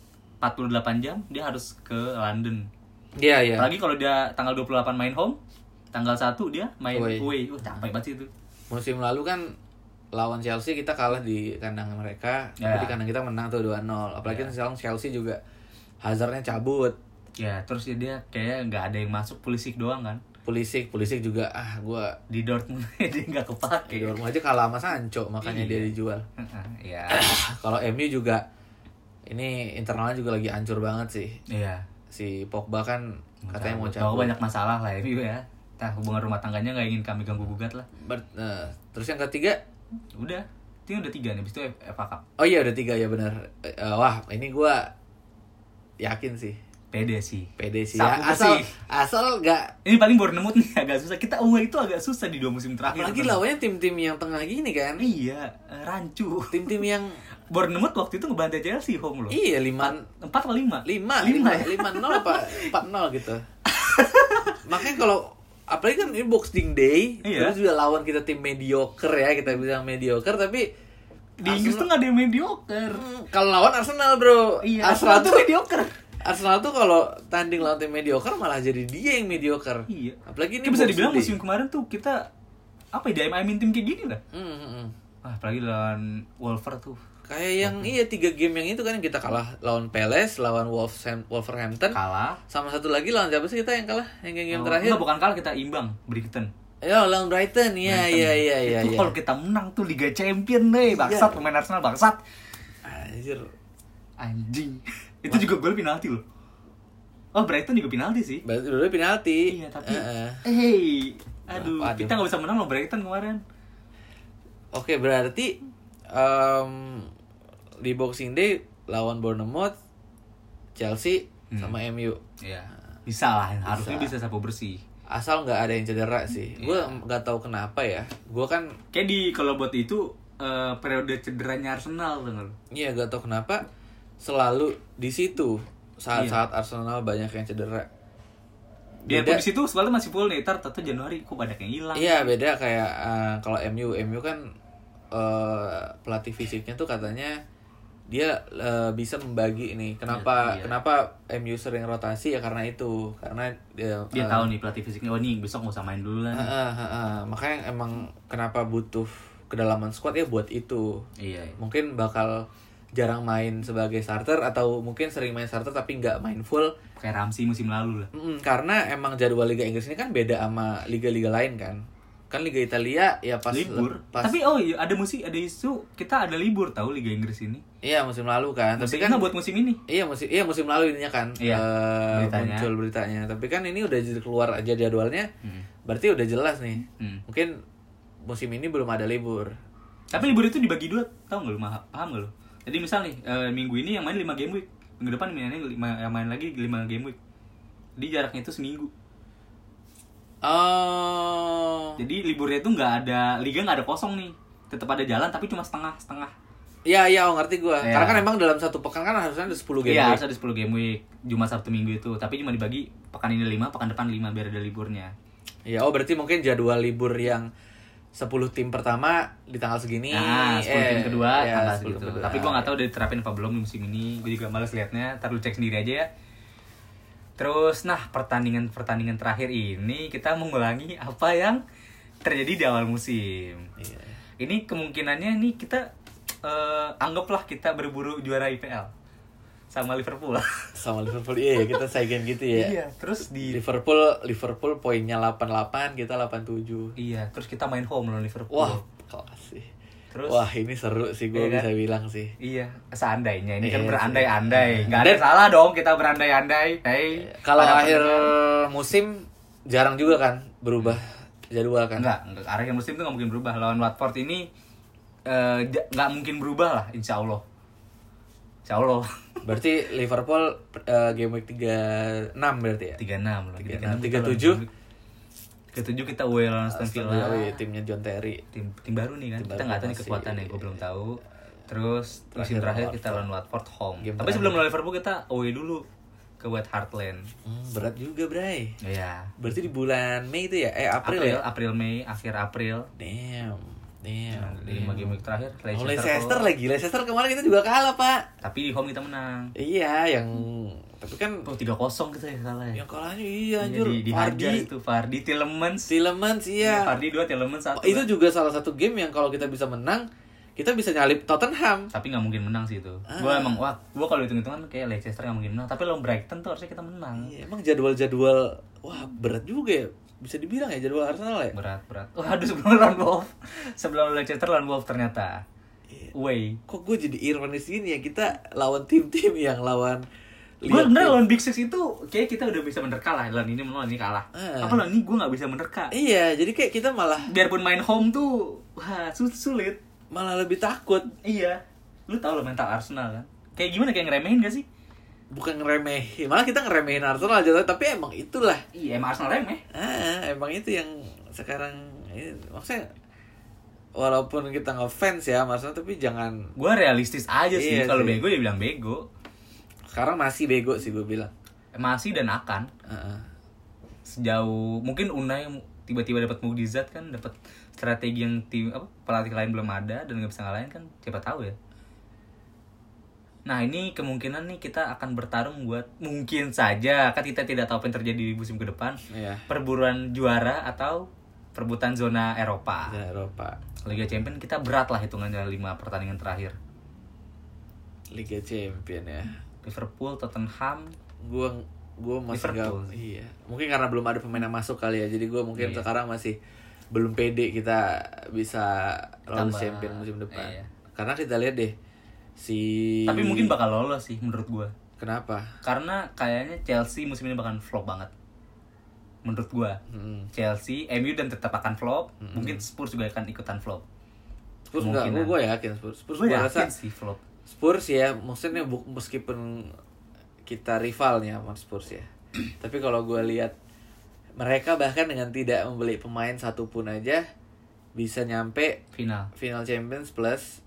48 jam dia harus ke London. Iya, iya. Apalagi kalau dia tanggal 28 main home, tanggal 1 dia main Away. away. Capek banget sih itu. Musim lalu kan lawan Chelsea kita kalah di kandang mereka, Ya. tapi di kandang kita menang tuh 2-0. Apalagi sekarang Chelsea juga Hazardnya cabut. Ya, terus ya dia kayak nggak ada yang masuk, Pulisic doang kan. Pulisic juga gua Di Dortmund dia nggak kepake. di Dortmund aja kalah sama Sancho, makanya Iya. dia dijual. Iya. Kalau MU juga ini internalnya juga lagi hancur banget sih. Iya. Si Pogba kan katanya mau Tahu cabut. banyak masalah lah MU ya. Nah, hubungan rumah tangganya nggak ingin kami ganggu gugat lah. Terus yang ketiga, Udah, itu udah 3 nih, habis itu FA Cup. oh iya udah 3 ya benar. Wah, ini gua yakin sih. Pede sih. Pede sih. Sapu Ya, bersih. asal nggak. Ini paling Bournemouth nih agak susah. Kita away itu agak susah di 2 musim terakhir. Apalagi lawannya tim-tim yang tengah gini kan. Iya, rancu. Tim-tim yang Bournemouth waktu itu ngebantai Chelsea home loh. iya 4 atau 5? 5-0 apa 4-0 gitu. Makanya kalau apalagi kan ini Boxing Day, Iya. terus juga lawan kita tim mediocre ya, kita bilang mediocre, tapi Di Inggris tuh gak ada yang mediocre. kalau lawan Arsenal bro, Iya, Arsenal tuh mediocre. Arsenal tuh kalau tanding lawan tim mediocre malah jadi dia yang mediocre. Iya. Apalagi ini Kita bisa Boxing dibilang Day. musim kemarin tuh kita apa ya, diamin tim kayak gini lah. Hmm. Apalagi lawan Wolver tuh. Kayak yang iya 3 game yang itu kan yang kita kalah lawan Palace, lawan Wolverhampton, Kalah. sama satu lagi lawan siapa sih kita yang kalah yang game terakhir? Enggak, bukan kalah, kita imbang Brighton. Ya lawan Brighton, iya. Itu kalau kita menang tuh Liga Champion nih, bangsat pemain Arsenal bangsat. Anjir. Anjing. Itu juga gol penalti loh. Oh, Brighton juga penalti sih. Dulu penalti. Iya, tapi aduh, Aduh. kita nggak bisa menang loh Brighton kemarin. Oke, berarti di Boxing Day lawan Bournemouth, Chelsea sama MU. Iya. Bisa lah, harusnya bisa sapu bersih. Asal nggak ada yang cedera sih. Gue nggak tahu kenapa ya. Gue kan Kayak kalau buat itu periode cederanya Arsenal tuh nggak? iya nggak tahu kenapa selalu di situ saat-saat Arsenal banyak yang cedera. Biarpun di situ selalu masih full nih, tar Januari kok banyak yang hilang. Iya beda kayak kalau MU kan pelatih fisiknya tuh katanya dia bisa membagi ini. Kenapa MU sering rotasi ya karena itu. Karena Dia tahu nih pelatih fisiknya, oh nih besok nggak usah main dulu lah. makanya emang kenapa butuh kedalaman squad ya buat itu. Iya. Mungkin bakal jarang main sebagai starter atau mungkin sering main starter tapi nggak main full. Kayak Ramsey musim lalu lah. Karena emang jadwal Liga Inggris ini kan beda sama liga-liga lain kan. Kan Liga Italia ya pas Libur. pas Tapi iya, ada isu kita ada libur tahu Liga Inggris ini. iya musim lalu kan. Tapi kan buat musim ini. musim lalu ininya kan beritanya. muncul beritanya. Tapi kan ini udah keluar aja jadwalnya. Berarti udah jelas nih. Mungkin musim ini belum ada libur. Tapi libur itu dibagi 2, tahu nggak lu? Paham nggak lu? Jadi misal nih minggu ini yang main 5 game week, minggu depan yang main lagi 5 game week. Jadi jaraknya itu seminggu. Oh. Jadi liburnya itu nggak ada, liga nggak ada kosong nih, tetap ada jalan tapi cuma setengah. Iya, ngerti gua. Iya. Karena kan emang dalam satu pekan kan harusnya ada 10 game Iya, week. harus ada 10 game week, Jumat Sabtu Minggu itu, tapi cuma dibagi pekan ini 5, pekan depan 5 biar ada liburnya. Iya, berarti mungkin jadwal libur yang 10 tim pertama di tanggal segini. Nah, 10 tim kedua tanggal 10 segitu. kedua. Tapi gue gak tahu udah diterapin apa belum musim ini. Gue juga males liatnya. Ntar lu cek sendiri aja ya. Terus, nah pertandingan terakhir ini kita mengulangi apa yang terjadi di awal musim. Iya. Ini kemungkinannya nih kita anggaplah kita berburu juara IPL sama Liverpool. Sama Liverpool, iya kita saingan gitu ya. Iya, terus di Liverpool poinnya 88, kita 87. Iya, terus kita main home lawan Liverpool. Wah, kelas sih. Terus wah ini seru sih gue iya bisa kan? bilang sih. Iya, seandainya ini kan Iya, berandai-andai. Enggak ada salah dong kita berandai-andai. Hey, Kalau para akhir pendengar. musim jarang juga kan berubah jadwal kan. Enggak, akhir musim tuh nggak mungkin berubah. Lawan Watford ini nggak mungkin berubah lah, insya Allah. Insya Allah. Berarti Liverpool game week 36 berarti ya? 36 lah. 37 37 kita away lawan Aston Villa. Timnya John Terry. Tim baru nih kan. Tim Kita baru nggak tahu nih masih- kekuatannya, gue belum tahu. Terus musim terakhir kita lawan Watford home. Game Tapi terakhir. sebelum lawan Liverpool kita away dulu ke White Hart Lane. Berat juga, Bray. Iya. Berarti di bulan Mei itu ya? April ya? April Mei, akhir April. Damn. Di 5 game week terakhir Leicester lagi. Leicester kemarin kita juga kalah, Pak. Tapi di home kita menang. Iya, yang tapi kan 3-0 kita ya kalah ya. yang kalahnya iya Iya, anjir. di Hajar itu Vardy Tielemans. Iya. Vardy 2 Tielemans 1. Itu juga salah satu game yang kalau kita bisa menang, kita bisa nyalip Tottenham. Tapi nggak mungkin menang sih itu. Gua emang gua kalau hitung-hitungan kayak Leicester nggak mungkin menang. Tapi lawan Brighton tuh harusnya kita menang. Iya, emang jadwal berat juga ya. Bisa dibilang ya jadwal Arsenal ya. Berat. Waduh, sebelum lawan Wolves. Sebelum Leicester lawan Wolves ternyata. Away. Kok gue jadi ironis gini ya, kita lawan tim-tim yang lawan Gue bener lawan Big Six itu kayak kita udah bisa menerka lah. Lawan ini kalah. Apa lawan ini gue nggak bisa menerka. Iya, jadi kayak kita malah Biarpun main home tuh wah sulit. malah lebih takut. Iya. Lu tau lo mental Arsenal kan. Kayak gimana, kayak ngeremehin gak sih? Bukan ngeremehin, malah kita ngeremehin Arsenal aja, tapi emang itulah. Iya, emang Arsenal remeh. Emang itu yang sekarang maksudnya walaupun kita ngefans ya Arsenal, tapi jangan. Gue realistis aja sih. Iya Kalau sih. bego ya bilang bego. Sekarang masih bego sih gue bilang. Masih dan akan. Sejauh mungkin Unai tiba-tiba dapat mukjizat kan, dapat strategi yang pelatih lain belum ada dan nggak bisa ngalahin kan, siapa tahu ya. Nah ini kemungkinan nih kita akan bertarung buat mungkin saja kan, kita tidak tahu apa yang terjadi di musim ke depan. Iya. Perburuan juara atau perebutan zona Eropa. Eropa. Liga Champions kita berat lah hitungannya 5 pertandingan terakhir. Liga Champion ya. Liverpool, Tottenham. Gue masih Liverpool. Iya. Mungkin karena belum ada pemain yang masuk kali ya. Jadi gue mungkin Iya. sekarang masih belum pede kita bisa lolos Tambah. champion musim depan. Iya. Karena kita lihat deh Tapi mungkin bakal lolos sih menurut gua. Kenapa? Karena kayaknya Chelsea musim ini bakal flop banget. Menurut gua. Chelsea, MU dan tetap akan flop. Mungkin Spurs juga akan ikutan flop. Spurs enggak, Kemungkinan. gue yakin Spurs Gue gue rasa yakin sih flop. Spurs ya, maksudnya meskipun kita rivalnya sama Spurs ya. Tapi kalau gue lihat mereka bahkan dengan tidak membeli pemain satupun aja bisa nyampe Final Champions plus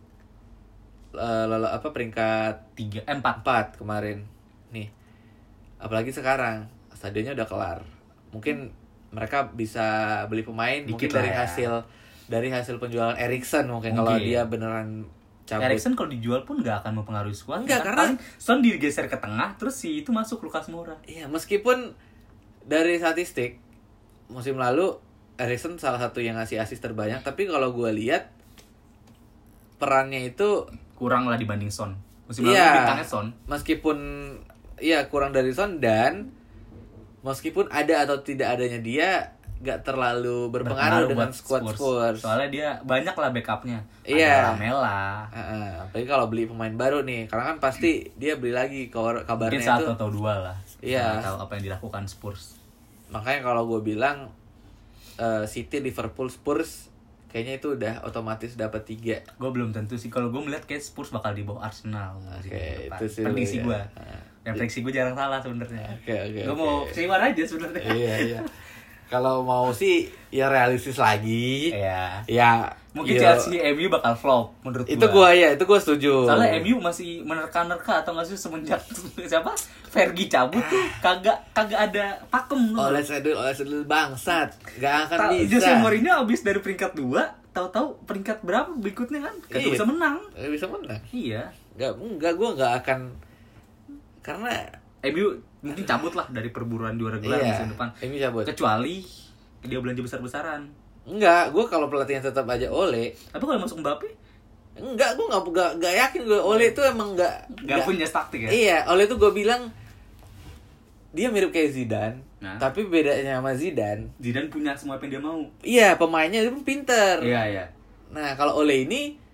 peringkat 4. 4 kemarin. Nih. Apalagi sekarang stadionnya udah kelar. Mungkin mereka bisa beli pemain Dikit mungkin dari lah ya. dari hasil penjualan Eriksen mungkin kalau dia beneran cabut. Eriksen kalau dijual pun gak akan mempengaruhi squad. Enggak, kan? karena Paling Son digeser ke tengah, terus si itu masuk Lucas Moura. Iya, meskipun dari statistik musim lalu Eriksen salah satu yang ngasih assist terbanyak, tapi kalau gue lihat perannya itu Kurang lah dibanding Son. Musim Iya. lalu bintangnya Son. meskipun kurang dari Son, dan meskipun ada atau tidak adanya dia gak terlalu berpengaruh dengan buat squad Spurs. Soalnya dia banyak lah backupnya. Iya. Ada Lamela. Apalagi kalau beli pemain baru nih, karena kan pasti dia beli lagi Mungkin kabarnya itu. 1 atau 2 lah. Iya. Nggak tahu apa yang dilakukan Spurs. Makanya kalau gue bilang City, Liverpool, Spurs kayaknya itu udah otomatis dapat 3. Gue belum tentu sih. Kalau gue melihat kayak Spurs bakal di bawah Arsenal. Oke, itu sih prediksi lu gue. ya. Yang prediksi gue jarang salah sebenarnya. Oke. Gue mau siwan aja sebenarnya. Iya. Kalau mau sih ya realistis lagi. Iya. Ya Mungkin iya. Chelsea MU bakal flop menurut Itu gua. itu gue setuju. Soalnya MU masih menerka-nerka atau nggak sih semenjak siapa? Fergie cabut tuh kagak ada pakem tuh. Oleh sedul bangsat, gak akan bisa. Jose Mourinho abis dari peringkat 2, tahu-tahu peringkat berapa berikutnya kan? Kagak Iya. bisa menang. Gak bisa menang. Iya. Enggak, gue gak akan, karena MU mungkin cabut lah dari perburuan juara gelar iya, musim depan. MU cabut. Kecuali dia belanja besar-besaran. Enggak, gue kalau pelatihnya tetap aja Ole. Tapi kalau masuk Mbappe Enggak, gue gak yakin gue Ole itu emang nggak punya taktik ya. Iya, Ole itu gue bilang dia mirip kayak Zidane, Nah. tapi bedanya sama Zidane punya semua apa yang dia mau. iya pemainnya itu pinter. Iya. Nah kalau Ole ini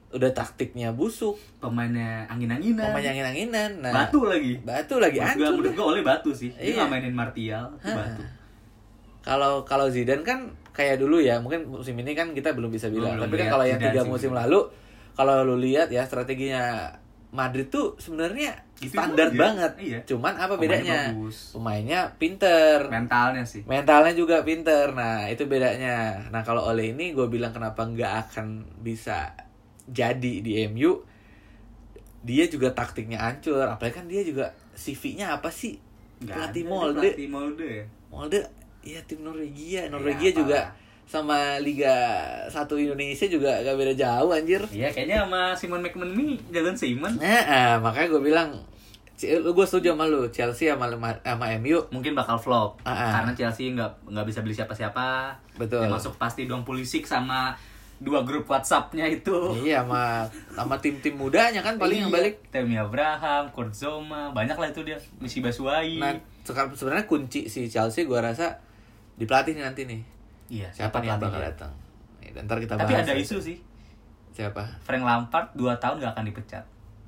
udah taktiknya busuk, pemainnya angin-anginan. Nah, Batu lagi hancur. Menurut gue oleh batu sih. Dia Iya. nggak mainin Martial, itu batu. Kalau Zidane kan kayak dulu ya, mungkin musim ini kan kita belum bisa bilang. Belum Tapi kan lihat kalau yang Zidane 3 sih, musim belum. lalu, kalau lu lihat ya strateginya Madrid tuh sebenarnya Gitu standar aja. banget. Iya. Cuman apa Pemainnya bedanya? bagus. Pemainnya pinter. Mentalnya sih. Mentalnya juga pinter. Nah, itu bedanya. Nah, kalau Ole ini gue bilang kenapa nggak akan bisa jadi di MU, dia juga taktiknya hancur. Apalagi kan dia juga CV-nya apa sih? Nggak Pelatih ada, Molde. Pelatih Molde ya. Molde, ya tim Norwegia. Ya, juga parah. sama Liga 1 Indonesia juga gak beda jauh anjir. Iya, kayaknya sama Simon McManamy jalan Simon. Nah, makanya gue bilang gue setuju sama lu, Chelsea sama MU Mungkin bakal flop Ah. karena Chelsea nggak bisa beli siapa-siapa. Betul. Yang masuk pasti Dong Pulisic sama 2 grup WhatsApp-nya itu. iya sama tim-tim mudanya kan paling yang balik. Tammy Abraham, Kurt Zouma, banyak lah itu dia. Misi Basuai. Nah, sekarang sebenarnya kunci si Chelsea gue rasa di pelatih nih nanti nih. Iya, Siapa nih yang bakal pelatihnya? datang? Nih, ntar kita bahas. Tapi ada ya. isu sih. Siapa? Frank Lampard 2 tahun gak akan dipecat.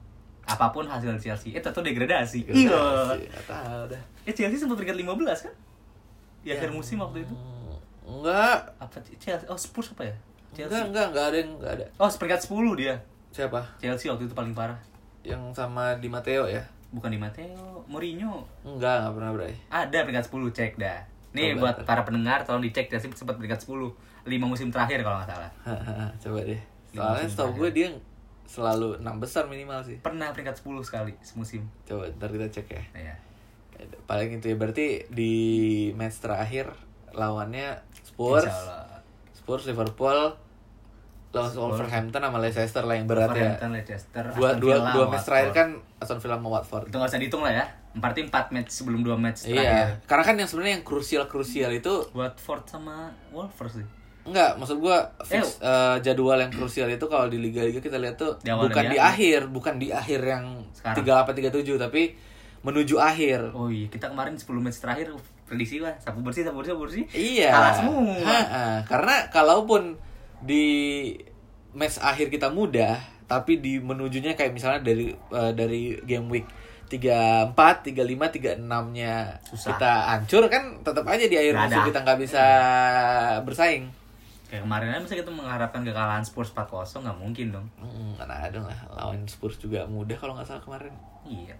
Apapun hasil Chelsea, tetap degradasi. Gak Iya. tahu dah. Chelsea sempat peringkat 15 kan? Di akhir musim waktu itu. Enggak. Apa Chelsea? Oh, Spurs apa ya? Chelsea. Enggak ada yang enggak ada. Oh, peringkat 10 dia. Siapa? Chelsea waktu itu paling parah. Yang sama Di Matteo ya? Bukan di Matteo, Mourinho. Enggak pernah Bray. Ada peringkat 10, cek dah. Nih Coba. buat para pendengar tolong dicek Chelsea sempat peringkat 10 5 musim terakhir kalau nggak salah. Coba deh. Lima Soalnya musim setahu gue terakhir. dia selalu 6 besar minimal sih. Pernah peringkat 10 sekali semusim. Coba ntar kita cek ya. Iya. Paling itu ya berarti di match terakhir lawannya Spurs, Insyaallah. Spurs, Liverpool, lawan Wolverhampton sama Leicester lah yang berat ya. Wolverhampton, Leicester, Dua Aston Villa, match terakhir Watford. kan Aston Villa sama Watford. Itu nggak usah dihitung lah ya. Berarti 4 match sebelum 2 match Iya, terakhir. karena kan yang sebenarnya yang krusial itu Watford sama Wolves sih. enggak, maksud gua fix jadwal yang krusial itu kalau di liga-liga kita lihat tuh Di awal bukan dan di di akhir, bukan di akhir yang Sekarang. 38 37 tapi menuju akhir. Oh iya, kita kemarin 10 match terakhir prediksi lah, sapu bersih. Iya. Kalah semua. Karena kalaupun di match akhir kita mudah, tapi di menujunya kayak misalnya dari game week 34, 35, 36-nya Susah. kita hancur kan tetap aja di akhir Nggak musim ada. kita nggak bisa bersaing. Kayak kemarin kan bisa kita mengharapkan kekalahan Spurs 4-0, nggak mungkin dong. Kan ada lah lawan Spurs juga mudah kalau nggak salah kemarin. Iya.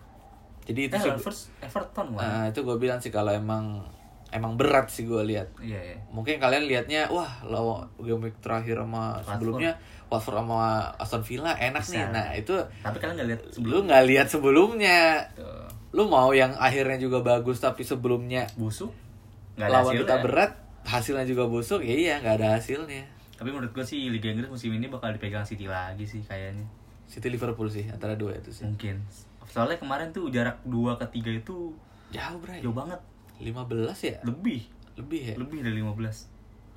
Jadi itu sih, Lawan Everton wah. itu gue bilang sih kalau emang berat sih gue lihat. Iya. Mungkin kalian lihatnya wah lawan game week terakhir sama sebelumnya Watford sama Aston Villa enak Bisa. nih. Nah, itu Tapi kalian nggak lihat lu nggak lihat sebelumnya. Tuh. Lu mau yang akhirnya juga bagus tapi sebelumnya Busuk. Nggak ada lawan hasilnya. kita berat, hasilnya juga busuk. Ya iya, nggak ada hasilnya. Tapi menurut gue sih Liga Inggris musim ini bakal dipegang City lagi sih kayaknya. City Liverpool sih antara dua itu sih. Mungkin. Soalnya kemarin tuh jarak 2 ke 3 itu Jauh, Bray. jauh banget. 15 ya? Lebih Lebih ya? dari 15.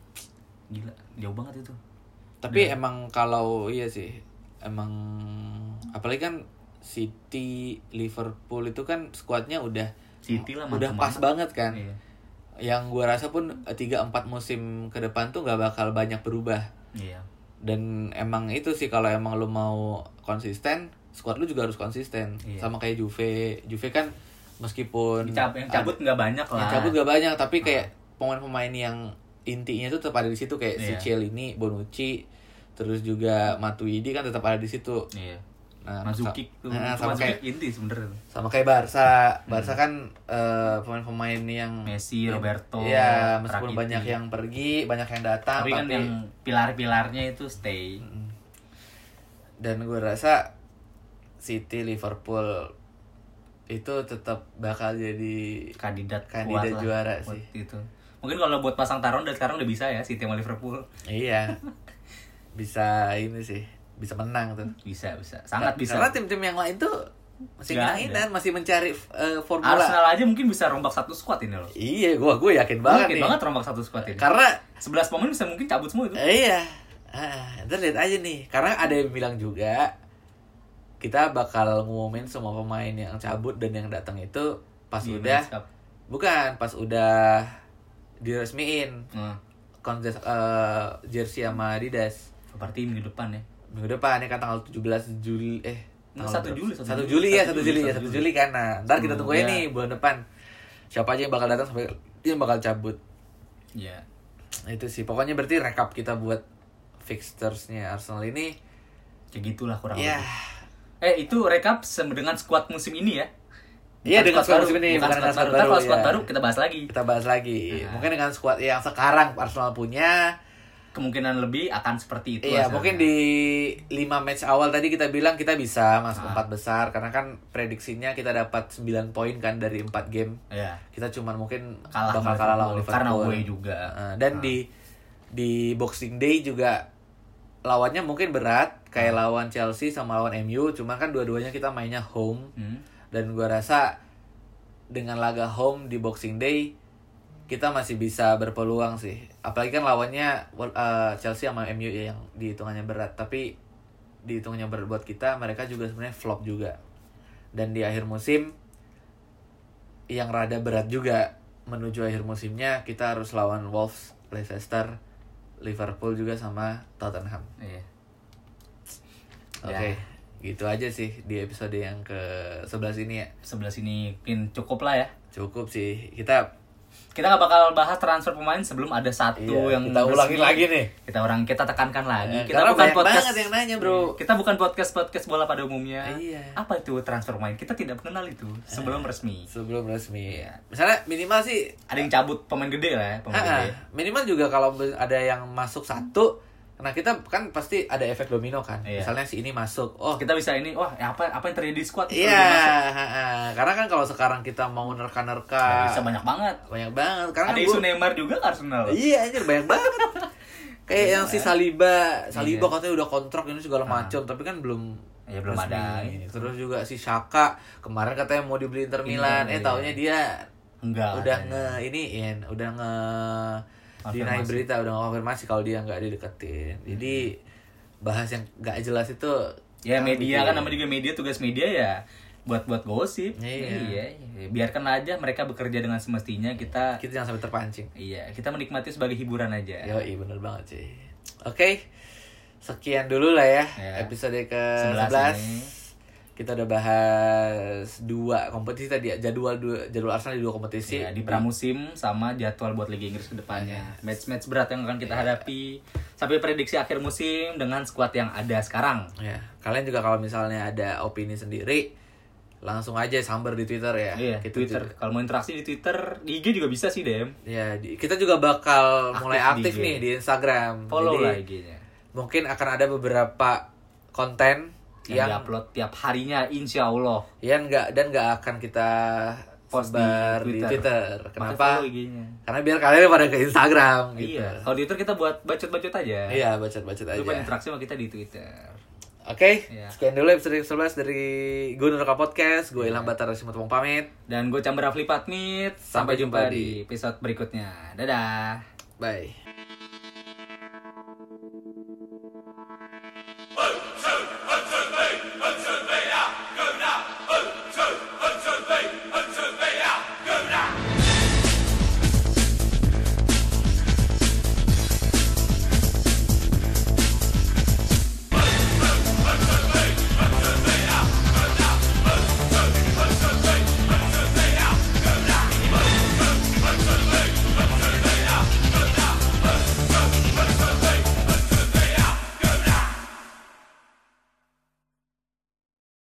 Gila, jauh banget itu. Tapi emang kalau iya sih, emang apalagi kan City, Liverpool itu kan skuadnya udah City lah udah mantap pas banget kan. Iya. Yang gua rasa pun 3-4 musim ke depan tuh nggak bakal banyak berubah. Iya. Dan emang itu sih kalau emang lu mau konsisten, skuad lu juga harus konsisten. Iya. Sama kayak Juve kan meskipun Yang cabut nggak banyak lah. yang cabut gak banyak, tapi kayak pemain-pemain yang intinya tuh tetap ada di situ kayak si Iya. Chiellini, Bonucci, terus juga Matuidi kan tetap ada di situ. Iya. Nah, Mandzukic tuh. sama Mandzukic kayak inti sebenarnya. sama kayak Barca kan pemain-pemain yang Messi, Roberto, ya meskipun Rakitic. banyak yang pergi, banyak yang datang, Tapi kan yang pilar-pilarnya itu stay. dan gue rasa City, Liverpool itu tetap bakal jadi Kandidat Kandidat kuat lah juara buat sih. itu. Mungkin kalau buat pasang taruhan dari sekarang udah bisa ya City sama Liverpool. iya bisa ini sih, bisa menang tuh. Bisa. Sangat bisa. Karena tim-tim yang lain tuh masih Nggak nganginan, masih mencari formula. Arsenal aja mungkin bisa rombak satu squad ini loh. Iya, gue yakin banget Mungkin nih. banget rombak satu squad ini. Karena 11 pemain bisa mungkin cabut semua itu. iya. Ntar lihat aja nih. Karena ada yang bilang juga kita bakal ngumumin semua pemain yang cabut dan yang datang itu pas Di udah Men's Cup. bukan pas udah diresmiin Nah, jersey sama Adidas. berarti minggu depan ya. minggu depan ya kan tanggal 17 Juli Nggak, 1 Juli, 1 Juli ya 1 Juli kan. Nah, ntar kita tungguin ya. nih bulan depan siapa aja yang bakal datang sampai yang bakal cabut. Iya. Itu sih pokoknya berarti rekap kita buat fixturesnya Arsenal ini Kayak gitulah kurang ya. lebih. Itu rekap dengan squad musim ini ya. Iya dengan squad musim bukan ini bukan dengan squad squad baru. baru. Kalau squad ya. baru kita bahas lagi. Kita bahas lagi. Mungkin dengan squad yang sekarang Arsenal punya Kemungkinan lebih akan seperti itu. iya, hasilnya. mungkin di 5 match awal tadi kita bilang kita bisa masuk 4 besar karena kan prediksinya kita dapat 9 poin kan dari 4 game. Iya. Kita cuman mungkin Kalah lawan Liverpool karena away juga. Dan di Boxing Day juga lawannya mungkin berat kayak lawan Chelsea sama lawan MU, cuman kan dua-duanya kita mainnya home. Dan gua rasa dengan laga home di Boxing Day kita masih bisa berpeluang sih. Apalagi kan lawannya Chelsea sama MU ya yang dihitungannya berat, tapi dihitungannya berat buat kita, mereka juga sebenarnya flop juga. Dan di akhir musim yang rada berat juga menuju akhir musimnya kita harus lawan Wolves, Leicester, Liverpool juga sama Tottenham. Iya. Oke, gitu aja sih di episode yang ke-11 ini ya. 11 ini mungkin cukup lah ya. Cukup sih. Kita Kita nggak bakal bahas transfer pemain sebelum ada satu yang kita ulangin resmi. lagi nih. Kita tekankan lagi. Kita Karena bukan banyak podcast banget yang nanya, Bro. Kita bukan podcast bola pada umumnya. Iya. Apa itu transfer pemain? Kita tidak mengenal itu sebelum resmi. Sebelum resmi. Misalnya minimal sih Ada yang cabut pemain gede lah ya, pemain gede. minimal juga kalau ada yang masuk satu, nah kita kan pasti ada efek domino kan. Iya. Misalnya si ini masuk, Kita bisa ini, apa yang terjadi di squad itu iya, kalau dia masuk. karena kan kalau sekarang kita mau nerka-nerka Bisa banyak banget. banyak banget. Karena Ada kan isu Neymar juga ke Arsenal. Iya anjir banyak banget. Kayak yang si Saliba Iya. katanya udah kontrak ini segala macam, tapi kan belum Ya, belum resmi. ada. Terus juga si Xhaka kemarin katanya mau dibeli Inter Milan, taunya dia Enggak. udah katanya. udah dinaik berita, udah konfirmasi kalau dia nggak dideketin. Jadi bahas yang nggak jelas itu Ya media kan namanya juga media, tugas media ya buat gosip. Iya. Biarkan aja mereka bekerja dengan semestinya, kita jangan sampai terpancing. iya, kita menikmati sebagai hiburan aja. Yoi, bener banget sih. Oke, sekian dulu lah ya, episode ke-11. 11 ini. Kita udah bahas 2 kompetisi tadi ya, jadwal Arsenal di 2 kompetisi. Ya, di pramusim sama jadwal buat Liga Inggris ke depannya. Match-match berat yang akan kita hadapi sampai prediksi akhir musim dengan skuad yang ada sekarang. Ya, kalian juga kalau misalnya ada opini sendiri langsung aja sambar di Twitter ya. Iya, Twitter. Kalau mau interaksi di Twitter, di IG juga bisa sih, Dem. Ya, kita juga bakal mulai aktif di IG. nih di Instagram. Follow Jadi, lah IG-nya. mungkin akan ada beberapa konten Yang yang diupload tiap harinya, insya Allah. nggak akan kita Post sebar di di Twitter. Makanya Kenapa? follow IG-nya. Karena biar kalian pada ke Instagram gitu. Iya, kalau di Twitter kita buat bacot-bacot aja. Iya, bacot-bacot aja. Lupa interaksi sama kita di Twitter. Oke, Iya. sekian dulu episode 11 dari Gue Nurka Podcast. Gue Ilham Batara Simotong pamit. Dan gue Chamber Rafli pamit. Sampai jumpa di episode berikutnya. Dadah. Bye.